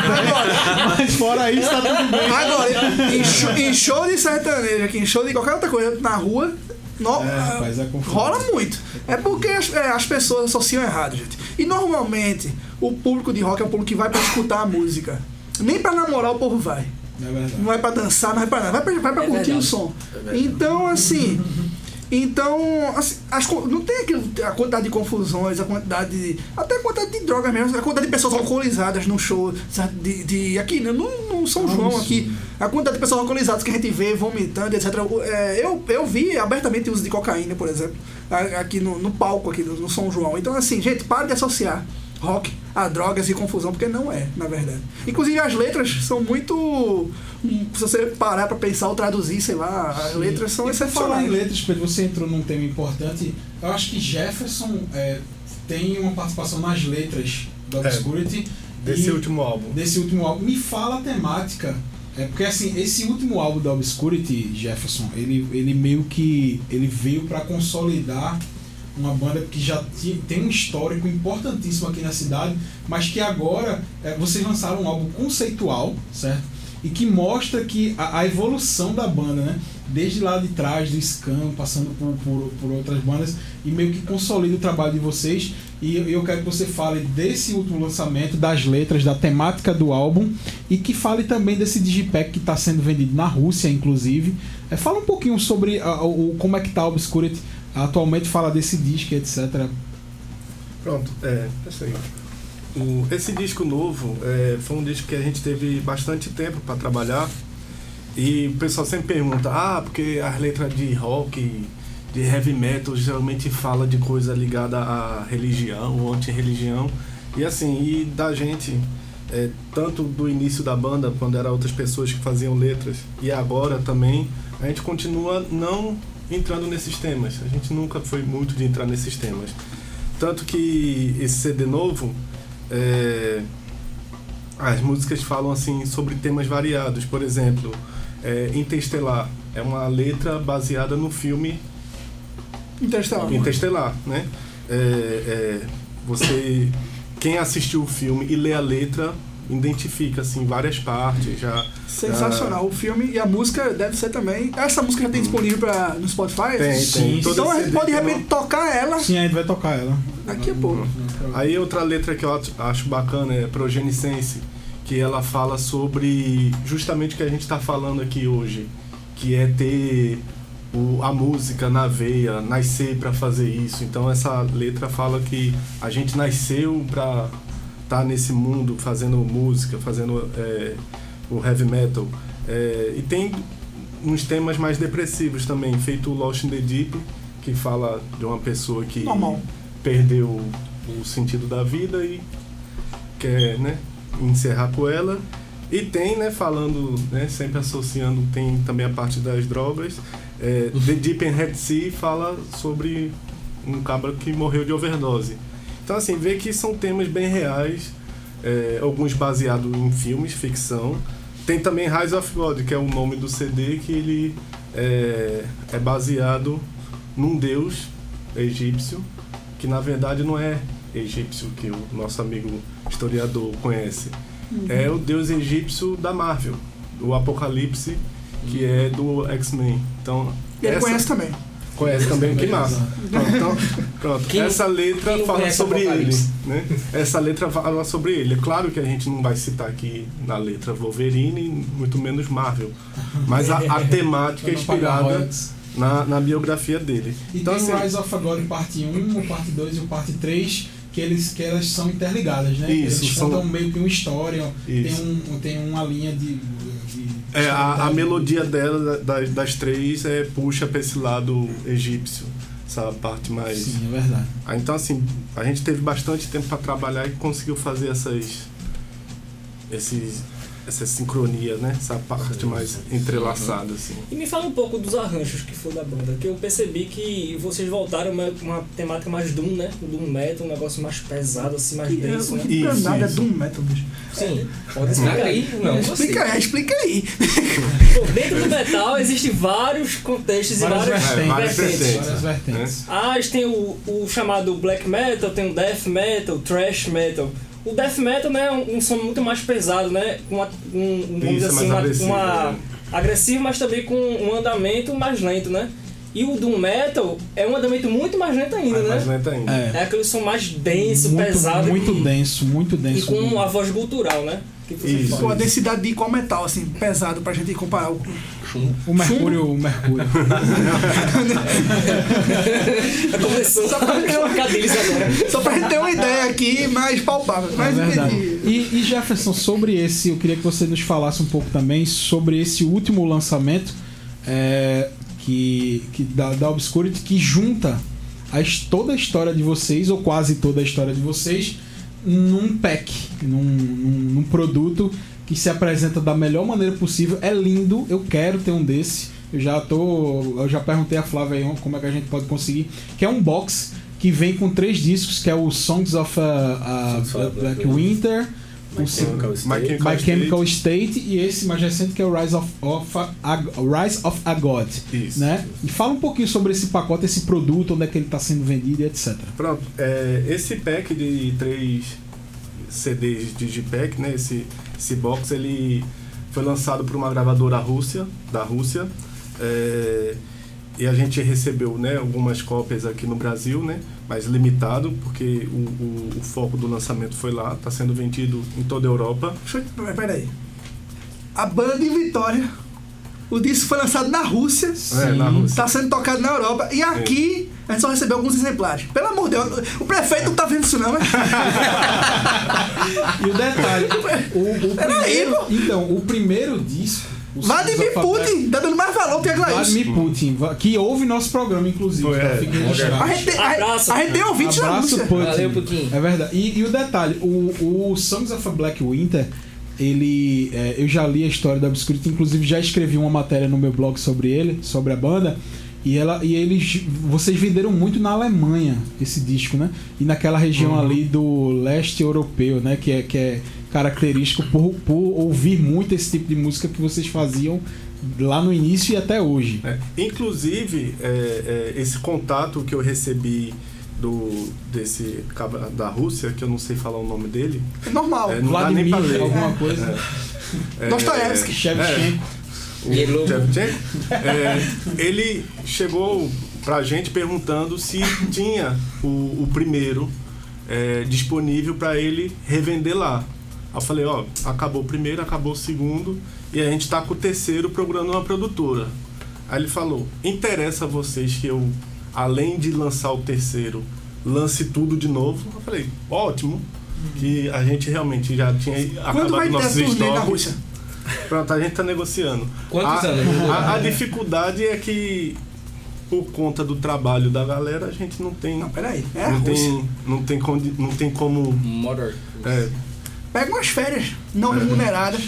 Mas fora isso, tá tudo bem. Agora, em show, em show de sertanejo, aqui, em show de qualquer outra coisa, na rua. No, é, rapaz, é rola muito. É porque as, é, as pessoas associam errado, gente. E normalmente o público de rock é o público que vai pra escutar a música. Nem pra namorar o povo vai. É não é pra dançar, não é pra nada. Vai pra, vai pra é curtir verdade. o som. É então, assim. Então, assim, as, não tem aquilo, a quantidade de confusões, a quantidade de, até a quantidade de drogas mesmo, a quantidade de pessoas alcoolizadas no show, de, de, aqui no, no São João, Nossa. aqui, a quantidade de pessoas alcoolizadas que a gente vê vomitando, etcétera. É, eu, eu vi abertamente o uso de cocaína, por exemplo, aqui no, no palco, aqui no, no São João. Então, assim, gente, para de associar rock a drogas e confusão, porque não é, na verdade. Inclusive, as letras são muito... Se você parar pra pensar ou traduzir, sei lá, as Sim. letras são excepcionais. Falar em letras, Pedro, você entrou num tema importante. Eu acho que Jefferson é, tem uma participação nas letras do Obscurity. É, desse último álbum. Desse último álbum. Me fala a temática. É porque, assim, esse último álbum da Obscurity, Jefferson, ele, ele meio que ele veio pra consolidar uma banda que já tinha, tem um histórico importantíssimo aqui na cidade, mas que agora é, vocês lançaram um álbum conceitual, certo? E que mostra que a, a evolução da banda, né? Desde lá de trás, do Scam, passando por, por, por outras bandas, e meio que consolida o trabalho de vocês. E eu, eu quero que você fale desse último lançamento, das letras, da temática do álbum, e que fale também desse digipack que está sendo vendido na Rússia, inclusive. É, fala um pouquinho sobre a, o, como é que está a Obscurity atualmente, fala desse disco, etcétera. Pronto, é, é isso aí. O, esse disco novo é, foi um disco que a gente teve bastante tempo para trabalhar, e o pessoal sempre pergunta, ah, porque as letras de rock, de heavy metal geralmente fala de coisa ligada à religião ou anti-religião, e assim, e da gente, é, tanto do início da banda, quando eram outras pessoas que faziam letras, e agora também, a gente continua não entrando nesses temas, a gente nunca foi muito de entrar nesses temas, tanto que esse C D novo, É, as músicas falam assim sobre temas variados. Por exemplo, é, Interestelar é uma letra baseada no filme Interestelar, Interestelar, né? É, é, você, quem assistiu o filme e lê a letra identifica assim várias partes. Já, Sensacional. já... O filme e a música deve ser também. Essa música já tem disponível pra, no Spotify? Tem, Sim, tem. sim. Então a gente pode de repente não... tocar ela. Sim, a gente vai tocar ela. Daqui a pouco. Aí outra letra que eu acho bacana é Progenicense, que ela fala sobre justamente o que a gente está falando aqui hoje, que é ter o, a música na veia, nascer para fazer isso. Então essa letra fala que a gente nasceu para estar tá nesse mundo fazendo música, fazendo é, o heavy metal. É, e tem uns temas mais depressivos também, feito Lost in the Deep, que fala de uma pessoa que Normal. perdeu o sentido da vida e quer, né, encerrar com ela. E tem, né, falando, né, sempre associando, tem também a parte das drogas. É, The Deep and Red Sea fala sobre um cabra que morreu de overdose. Então, assim, vê que são temas bem reais, é, alguns baseados em filmes, ficção. Tem também Rise of God, que é o nome do C D, que ele é, é baseado num deus egípcio, que na verdade não é egípcio, que o nosso amigo historiador conhece. Uhum. É o deus egípcio da Marvel, do Apocalipse, que é do X-Men. Então, e ele essa... conhece também. Conhece também, que massa. Pronto, então, pronto. Quem, essa letra fala sobre ele, né? Essa letra fala sobre ele. É claro que a gente não vai citar aqui na letra Wolverine, muito menos Marvel, mas a, a temática é inspirada na, na biografia dele. E então, tem assim, o Rise of God parte um, o parte dois e o parte três, que, eles, que elas são interligadas, né? Isso, eles são... contam meio que uma história, tem, um, tem uma linha de... É, a, a melodia dela, das, das três, é, puxa para esse lado egípcio, essa parte mais... Sim, é verdade. Ah, então, assim, a gente teve bastante tempo para trabalhar e conseguiu fazer essas... Esses, essa sincronia, né? Essa parte mais entrelaçada, assim. E me fala um pouco dos arranjos que foi da banda, que eu percebi que vocês voltaram uma, uma temática mais Doom, né? O Doom Metal, um negócio mais pesado, assim, mais denso, né? Não é nada, é Doom Metal, bicho. Sim, pode explicar aí. Não, explica aí, explica aí. Pô, dentro do metal existem vários contextos várias e várias, vertentes. é, várias vertentes. vertentes. Várias vertentes. Ah, tem o, o chamado Black Metal, tem o Death Metal, Thrash Metal. O Death Metal, né, é um, um som muito mais pesado, né? Com uma, um, vamos dizer assim, uma, agressivo, uma né? agressivo, mas também com um andamento mais lento, né? E o Doom Metal é um andamento muito mais lento ainda, né? Mais lento ainda. É. É aquele som mais denso, muito, pesado. Muito e, denso, muito denso. E com a voz gutural, né? Que você Isso. fala. Com a densidade de qual metal, assim, pesado pra gente comparar o... O Mercúrio, o Mercúrio. Começou só pra trocadilhos agora. Só pra gente ter uma ideia aqui mais palpável. É Mais verdade. entendi. E, e Jefferson, sobre esse, eu queria que você nos falasse um pouco também sobre esse último lançamento é, que, que da, da Obscurity, que junta a, toda a história de vocês, ou quase toda a história de vocês, num pack, num, num, num produto que se apresenta da melhor maneira possível. É lindo, eu quero ter um desse. Eu já tô, eu já perguntei a Flávia aí como é que a gente pode conseguir, que é um box que vem com três discos, que é o Songs of a, a Black Winter, My o Chemical State. My Chemical My Chemical State e esse mais recente que é o Rise of, of a, Rise of a God. Isso. Né? E fala um pouquinho sobre esse pacote, esse produto, onde é que ele está sendo vendido e etcétera. Pronto, é, esse pack de três C Ds Digipack, né, esse, esse box, ele foi lançado por uma gravadora Rússia, da Rússia, é, e a gente recebeu, né, algumas cópias aqui no Brasil, né, mas limitado, porque o, o, o foco do lançamento foi lá, está sendo vendido em toda a Europa. Deixa eu... Peraí. A banda de Vitória, o disco foi lançado na Rússia, É, na Rússia. está sendo tocado na Europa, e aqui a gente só recebeu alguns exemplares. Pelo amor de Deus, o prefeito não tá vendo isso não, né? E o detalhe, o, o Peraí, primeiro, pô. então, o primeiro disco... o Vladimir Songs of a Putin, tá dando mais valor que a Glaís. Vladimir Putin, va- que ouve nosso programa, inclusive. Foi, tá? é. Fica registrado. A gente tem, a, Abraço. a gente tem ouvintes na Abraço, Rússia. Putin. Valeu, Putin. É verdade. E, e o detalhe, o, o Songs of a Black Winter, ele, é, eu já li a história da Obscurity, inclusive já escrevi uma matéria no meu blog sobre ele, sobre a banda. E, ela, e eles, vocês venderam muito na Alemanha esse disco, né? E naquela região Uhum. ali do leste europeu, né? Que é, que é característico por, por ouvir muito esse tipo de música que vocês faziam lá no início e até hoje. É, inclusive, é, é, esse contato que eu recebi do, desse cabra da Rússia, que eu não sei falar o nome dele. É normal. É, não dá nem pra ler. Alguma coisa. É, Dostoiévski. Shevchenko. O Shevchenko, é, ele chegou pra gente perguntando se tinha o, o primeiro é, disponível para ele revender lá. Aí eu falei, ó, acabou o primeiro, acabou o segundo e a gente tá com o terceiro procurando uma produtora. Aí ele falou, interessa a vocês que eu, além de lançar o terceiro, lance tudo de novo? Eu falei, ótimo, que a gente realmente já tinha Quando vai acabado ter a nossos turnê na estoques. Rússia? Pronto, a gente tá negociando. Quantos a, anos? A, a dificuldade é que, por conta do trabalho da galera, a gente não tem. Não, peraí. É a não, Rússia. tem não, tem condi, não tem como. Motor. É, Pega umas férias não remuneradas.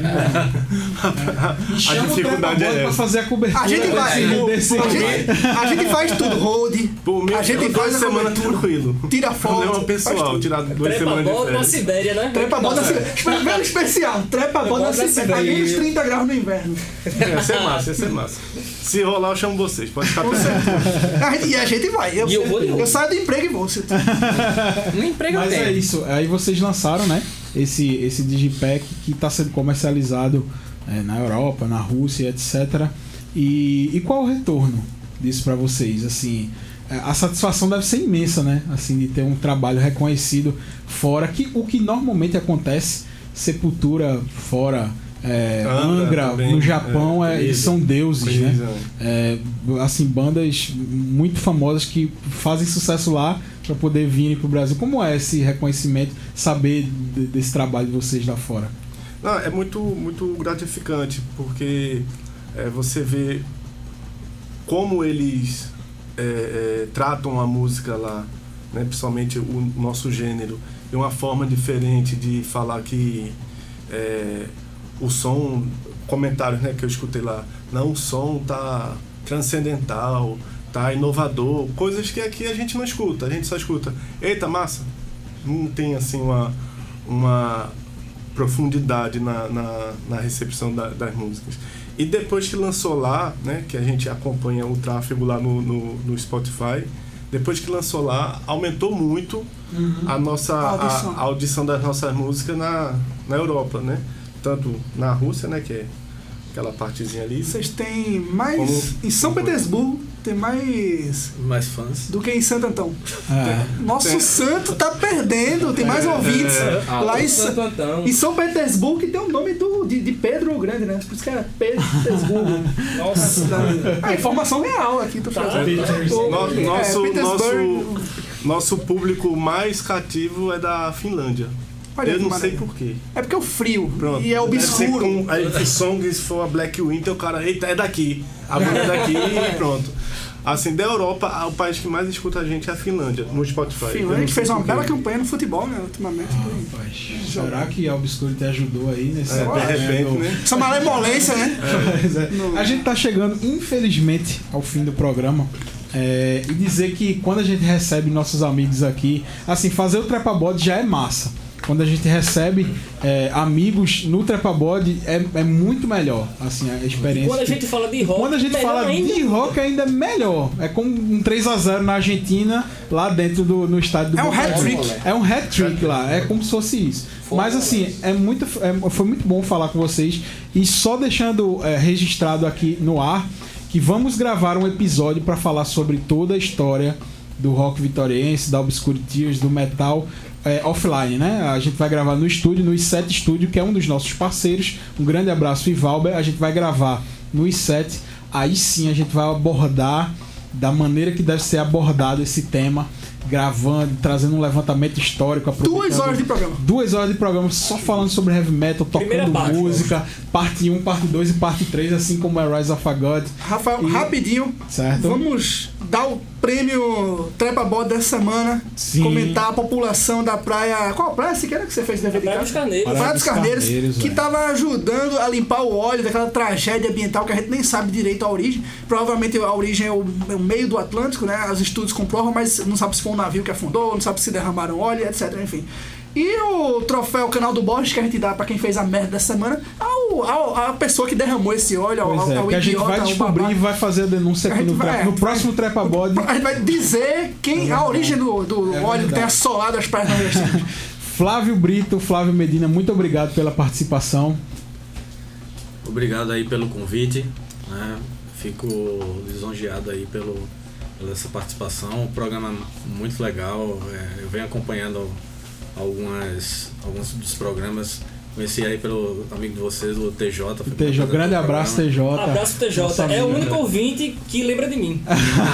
E a chama o dificuldade Trevor é pra essa. fazer a cobertura. A gente vai. desse- A desse- gente, a gente faz tudo, hold. Por mim, A gente duas faz a semanas cobertura, tranquilo. tira foto, Problema faz pessoal, tudo. tirar duas Trepa semanas de bola na férias. Sibéria, né? Trepa bota na Sibéria. Mesmo especial. Trepa bota na Bota na Sibéria. A Sibéria. menos trinta graus no inverno. Ia ser massa, ia ser massa. Se rolar, eu chamo vocês. Pode ficar Com tranquilo. certeza. A gente- E a gente vai. Eu, E eu vou de eu roupa. saio do emprego e vou. se- No emprego eu Mas é tenho. isso. Aí vocês lançaram, né? Esse, esse Digipack que está sendo comercializado é, na Europa, na Rússia, etcétera. E, e qual o retorno disso para vocês? Assim, é, a satisfação deve ser imensa, né? Assim, de ter um trabalho reconhecido fora, que o que normalmente acontece, Sepultura fora, é, Angra Angra, também, no Japão, é, é, eles são deuses, né? Beleza. É, assim, bandas muito famosas que fazem sucesso lá para poder vir para o Brasil. Como é esse reconhecimento, saber de- desse trabalho de vocês lá fora? Não, é muito, muito gratificante, porque é, você vê como eles é, é, tratam a música lá, né, principalmente o nosso gênero, de uma forma diferente de falar que é, o som, comentários, né, que eu escutei lá, não, o som tá transcendental, tá inovador, coisas que aqui a gente não escuta, a gente só escuta, eita, massa, não tem assim uma, uma profundidade na, na, na recepção da, das músicas. E depois que lançou lá, né, que a gente acompanha o tráfego lá no, no, no Spotify, depois que lançou lá, aumentou muito a nossa A a audição. a audição das nossas músicas na, na Europa, né? Tanto na Rússia, né, que é aquela partezinha ali. Vocês têm mais. Como- Em São como- Petersburgo tem mais Mais fãs. do que em Santo Antão. É. Nosso Tem- santo tá perdendo, tem mais ouvintes. Ah, Lá em, Santo Antão. em São Petersburgo que tem o nome do, de, de Pedro o Grande, né? Por isso que é Petersburgo. Nossa. Ah, informação real aqui, tô fazendo. O- No- é, nosso, Petersburgo. nosso, nosso público mais cativo é da Finlândia. Olha Eu que não sei maravilha. porquê. É porque é o frio Pronto. e é Deve ser obscuro. com- aí, se Songs for a Black Winter, o cara, eita, é daqui. A banda é daqui e pronto. Assim, da Europa, o país que mais escuta a gente é a Finlândia, no Spotify. Eu Finlândia, não a gente sei fez uma porquê. bela campanha no futebol, né? Ultimamente. Rapaz, será que a Obscurity ajudou aí nesse É, de repente, né? Essa malemolência, né? Pois é. No- A gente tá chegando, infelizmente, ao fim do programa. É, e dizer que quando a gente recebe nossos amigos aqui, assim, fazer o Trepabode já é massa. Quando a gente recebe é, amigos no Trepabode é, é muito melhor, assim, a experiência. Quando a gente fala de rock, Quando a gente melhor fala ainda. de rock ainda é melhor. É como um três a zero na Argentina, lá dentro do no estádio do É um Boca hat-trick. Juniors. É um hat-trick lá, é como se fosse isso. Mas assim, é muito, é- foi muito bom falar com vocês. E só deixando é, registrado aqui no ar que vamos gravar um episódio para falar sobre toda a história do rock vitoriense, da Obscurity, do metal é, offline, né? A gente vai gravar no estúdio, no I sete Studio, que é um dos nossos parceiros. Um grande abraço, Ivalber. A gente vai gravar no I sete. Aí sim a gente vai abordar da maneira que deve ser abordado esse tema, gravando, trazendo um levantamento histórico. Duas aproveitando- horas de programa. Duas horas de programa só falando sobre heavy metal, Primeira tocando parte, música, parte um, parte dois e parte três, assim como é Rise of a God. Rafael, E- rapidinho, Certo? vamos dar o prêmio Trepa Bode dessa semana. Sim. Comentar a população da praia. Qual praia se quer que você fez dever de Praia casa? dos Carneiros. Praia Praia dos dos Carneiros, Carneiros, que velho. estava ajudando a limpar o óleo daquela tragédia ambiental que a gente nem sabe direito a origem. Provavelmente a origem é o, é o meio do Atlântico, né? Os estudos comprovam, mas não sabe se foi um navio que afundou, não sabe se derramaram óleo, etcétera. Enfim. E o troféu Canal do Borges que a gente dá pra quem fez a merda dessa semana ao, ao, a pessoa que derramou esse óleo, ao, Pois é, ao que a gente idiota, vai ao descobrir babaca. e vai fazer a denúncia aqui A gente no, vai- trepa- é, no próximo Trepa Bode. A gente vai dizer quem a origem do, do É óleo que verdade. tem assolado as praias nordestinas. Flávio Brito, Flávio Medina, muito obrigado pela participação. Obrigado aí pelo convite, né? Fico lisonjeado aí pelo, pela essa participação. O programa é muito legal. É, eu venho acompanhando algumas, alguns dos programas. Conheci aí pelo amigo de vocês, o T J. T J, grande abraço, T J. Abraço, T J. Nossa É o amiga. único ouvinte que lembra de mim.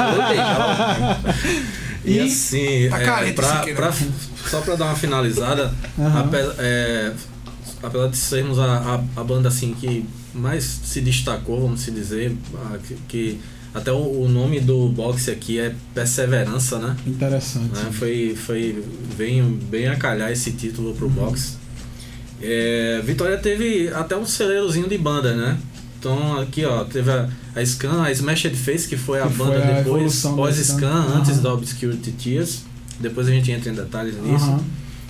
E, E- assim, Tá é, carente pra- esse aqui, né? pra- só pra dar uma finalizada, Aham. ape- é, apesar de sermos a, a, a banda assim que mais se destacou, vamos se dizer, a- que, que até o, o nome do boxe aqui é Perseverança, né? Interessante. Né? Foi, foi bem, bem a calhar esse título pro boxe. É, Vitória teve até um celeirozinho de banda, né? Então aqui ó, teve a, a Scan, a Smashed Face, que foi a Que banda foi a depois, evolução da pós-Scan, Scan. antes Aham. da Obscurity Tears. Depois a gente entra em detalhes nisso. Aham.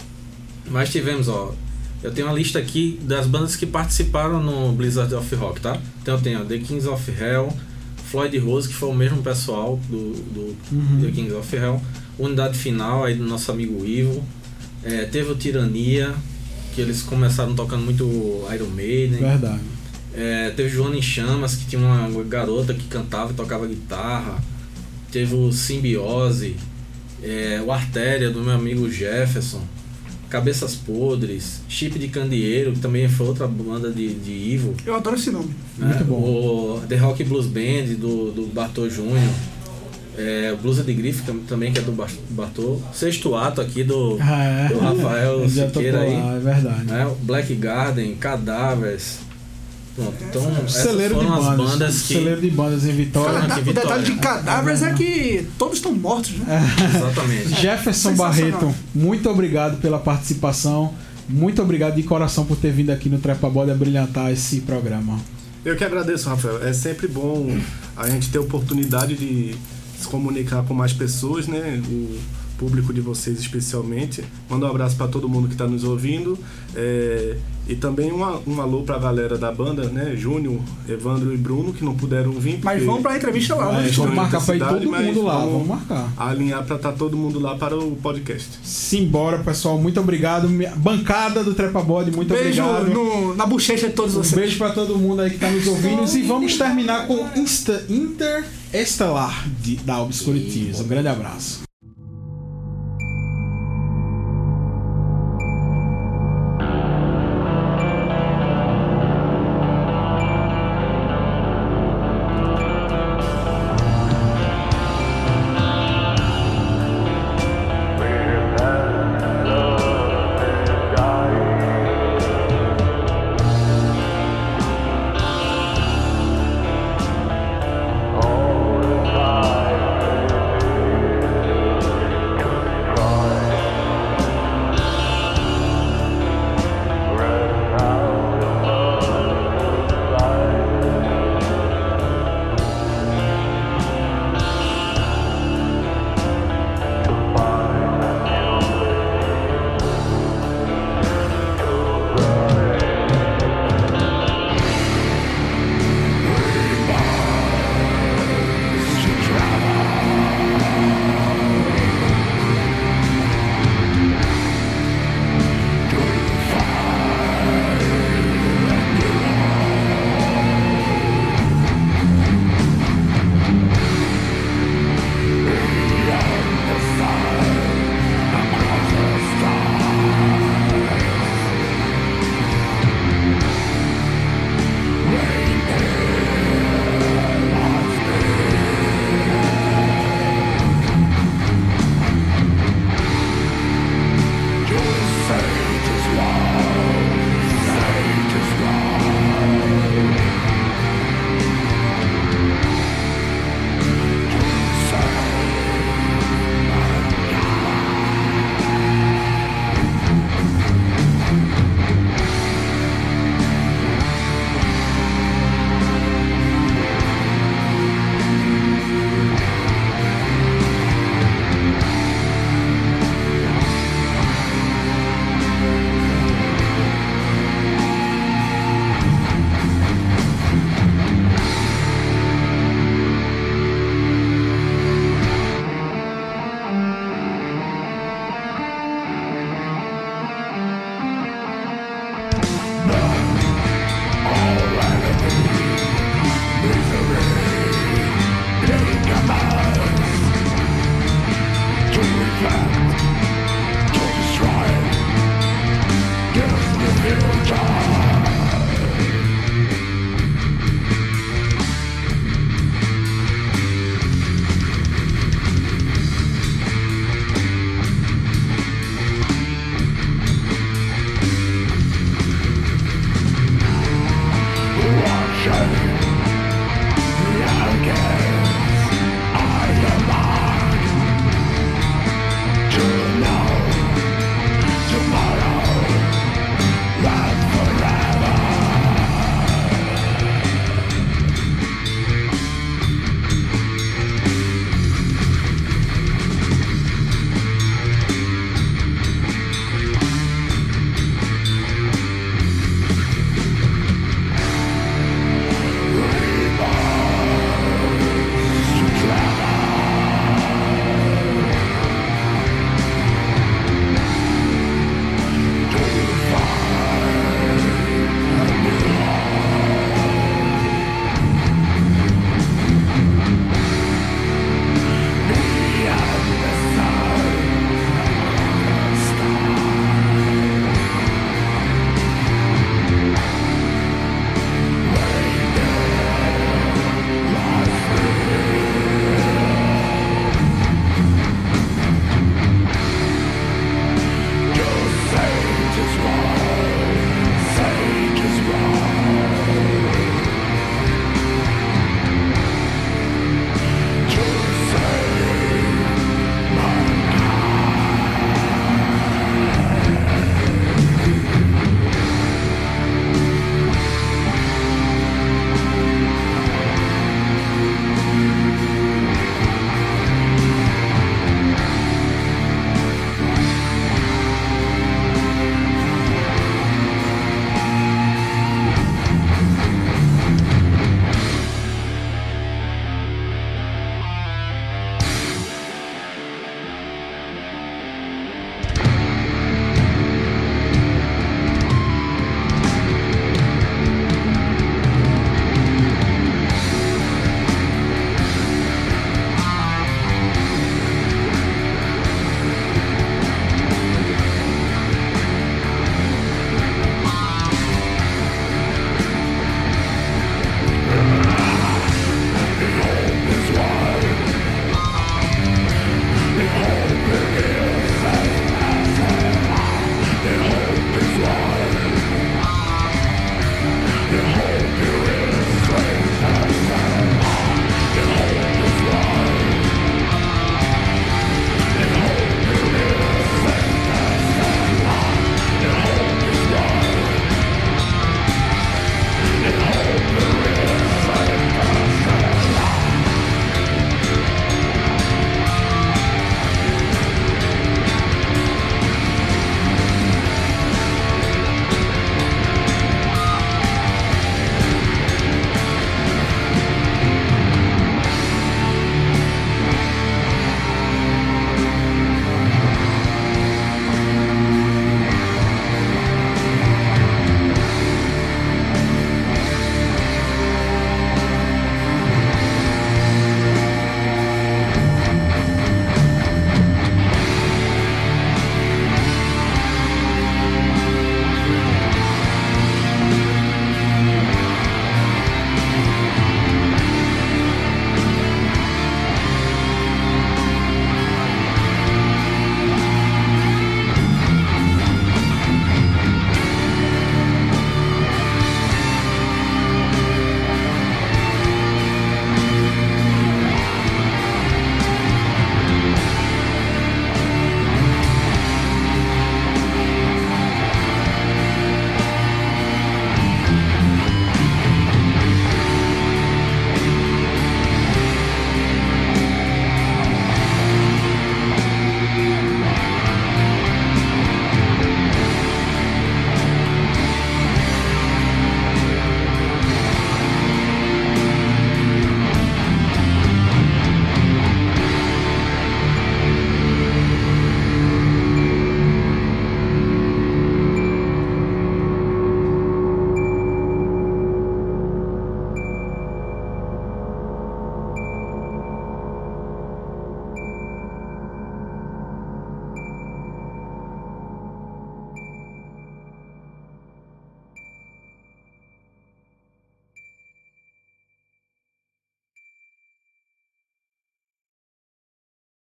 Mas tivemos, ó, eu tenho uma lista aqui das bandas que participaram no Blizzard of Rock, tá? Então eu tenho The Kings of Hell, Floyd Rose, que foi o mesmo pessoal do, do Uhum. The Kings of Hell, Unidade Final, aí do nosso amigo Ivo, é, teve o Tirania, que eles começaram tocando muito Iron Maiden, Verdade. é, teve Joana em Chamas, que tinha uma garota que cantava e tocava guitarra, teve o Simbiose, é, o Artéria, do meu amigo Jefferson, Cabeças Podres, Chip de Candeeiro, que também foi outra banda de, de Ivo. Eu adoro esse nome. Né? Muito bom. O The Rock Blues Band, do, do Bartô Júnior. É, o Blues de Grife tam- também, que é do Bar- Bartô. Sexto Ato aqui do, Ah, é. do Rafael Eu já tô Siqueira por aí. lá, é verdade. Né? O Black Garden, Cadáveres. Pronto, então essas Celeiro de foram as bandas. bandas que... Celeiro de bandas em Vitória. Cara, Cada- que o detalhe de vitória. cadáveres é que todos estão mortos, né? Exatamente. Jefferson Sensacional. Barreto, muito obrigado pela participação. Muito obrigado de coração por ter vindo aqui no Trepa Bode a brilhantar esse programa. Eu que agradeço, Rafael. É sempre bom a gente ter a oportunidade de se comunicar com mais pessoas, né? O público de vocês especialmente. Manda um abraço para todo mundo que está nos ouvindo. É, e também um, a- um alô para a galera da banda, né? Júnior, Evandro e Bruno, que não puderam vir. Mas porque vamos pra entrevista lá, É, né? vamos marcar pra ir cidade, todo mas mundo lá, vamos- vamos marcar. Alinhar para estar todo mundo lá para o podcast. Simbora, pessoal. Muito obrigado. Minha- Bancada do Trepa Bode, muito Beijo obrigado. no, na bochecha de todos Um vocês. beijo pra todo mundo aí que tá nos ouvindo. E vamos terminar com Insta, Interestelar de, da Obscurity. Um grande abraço.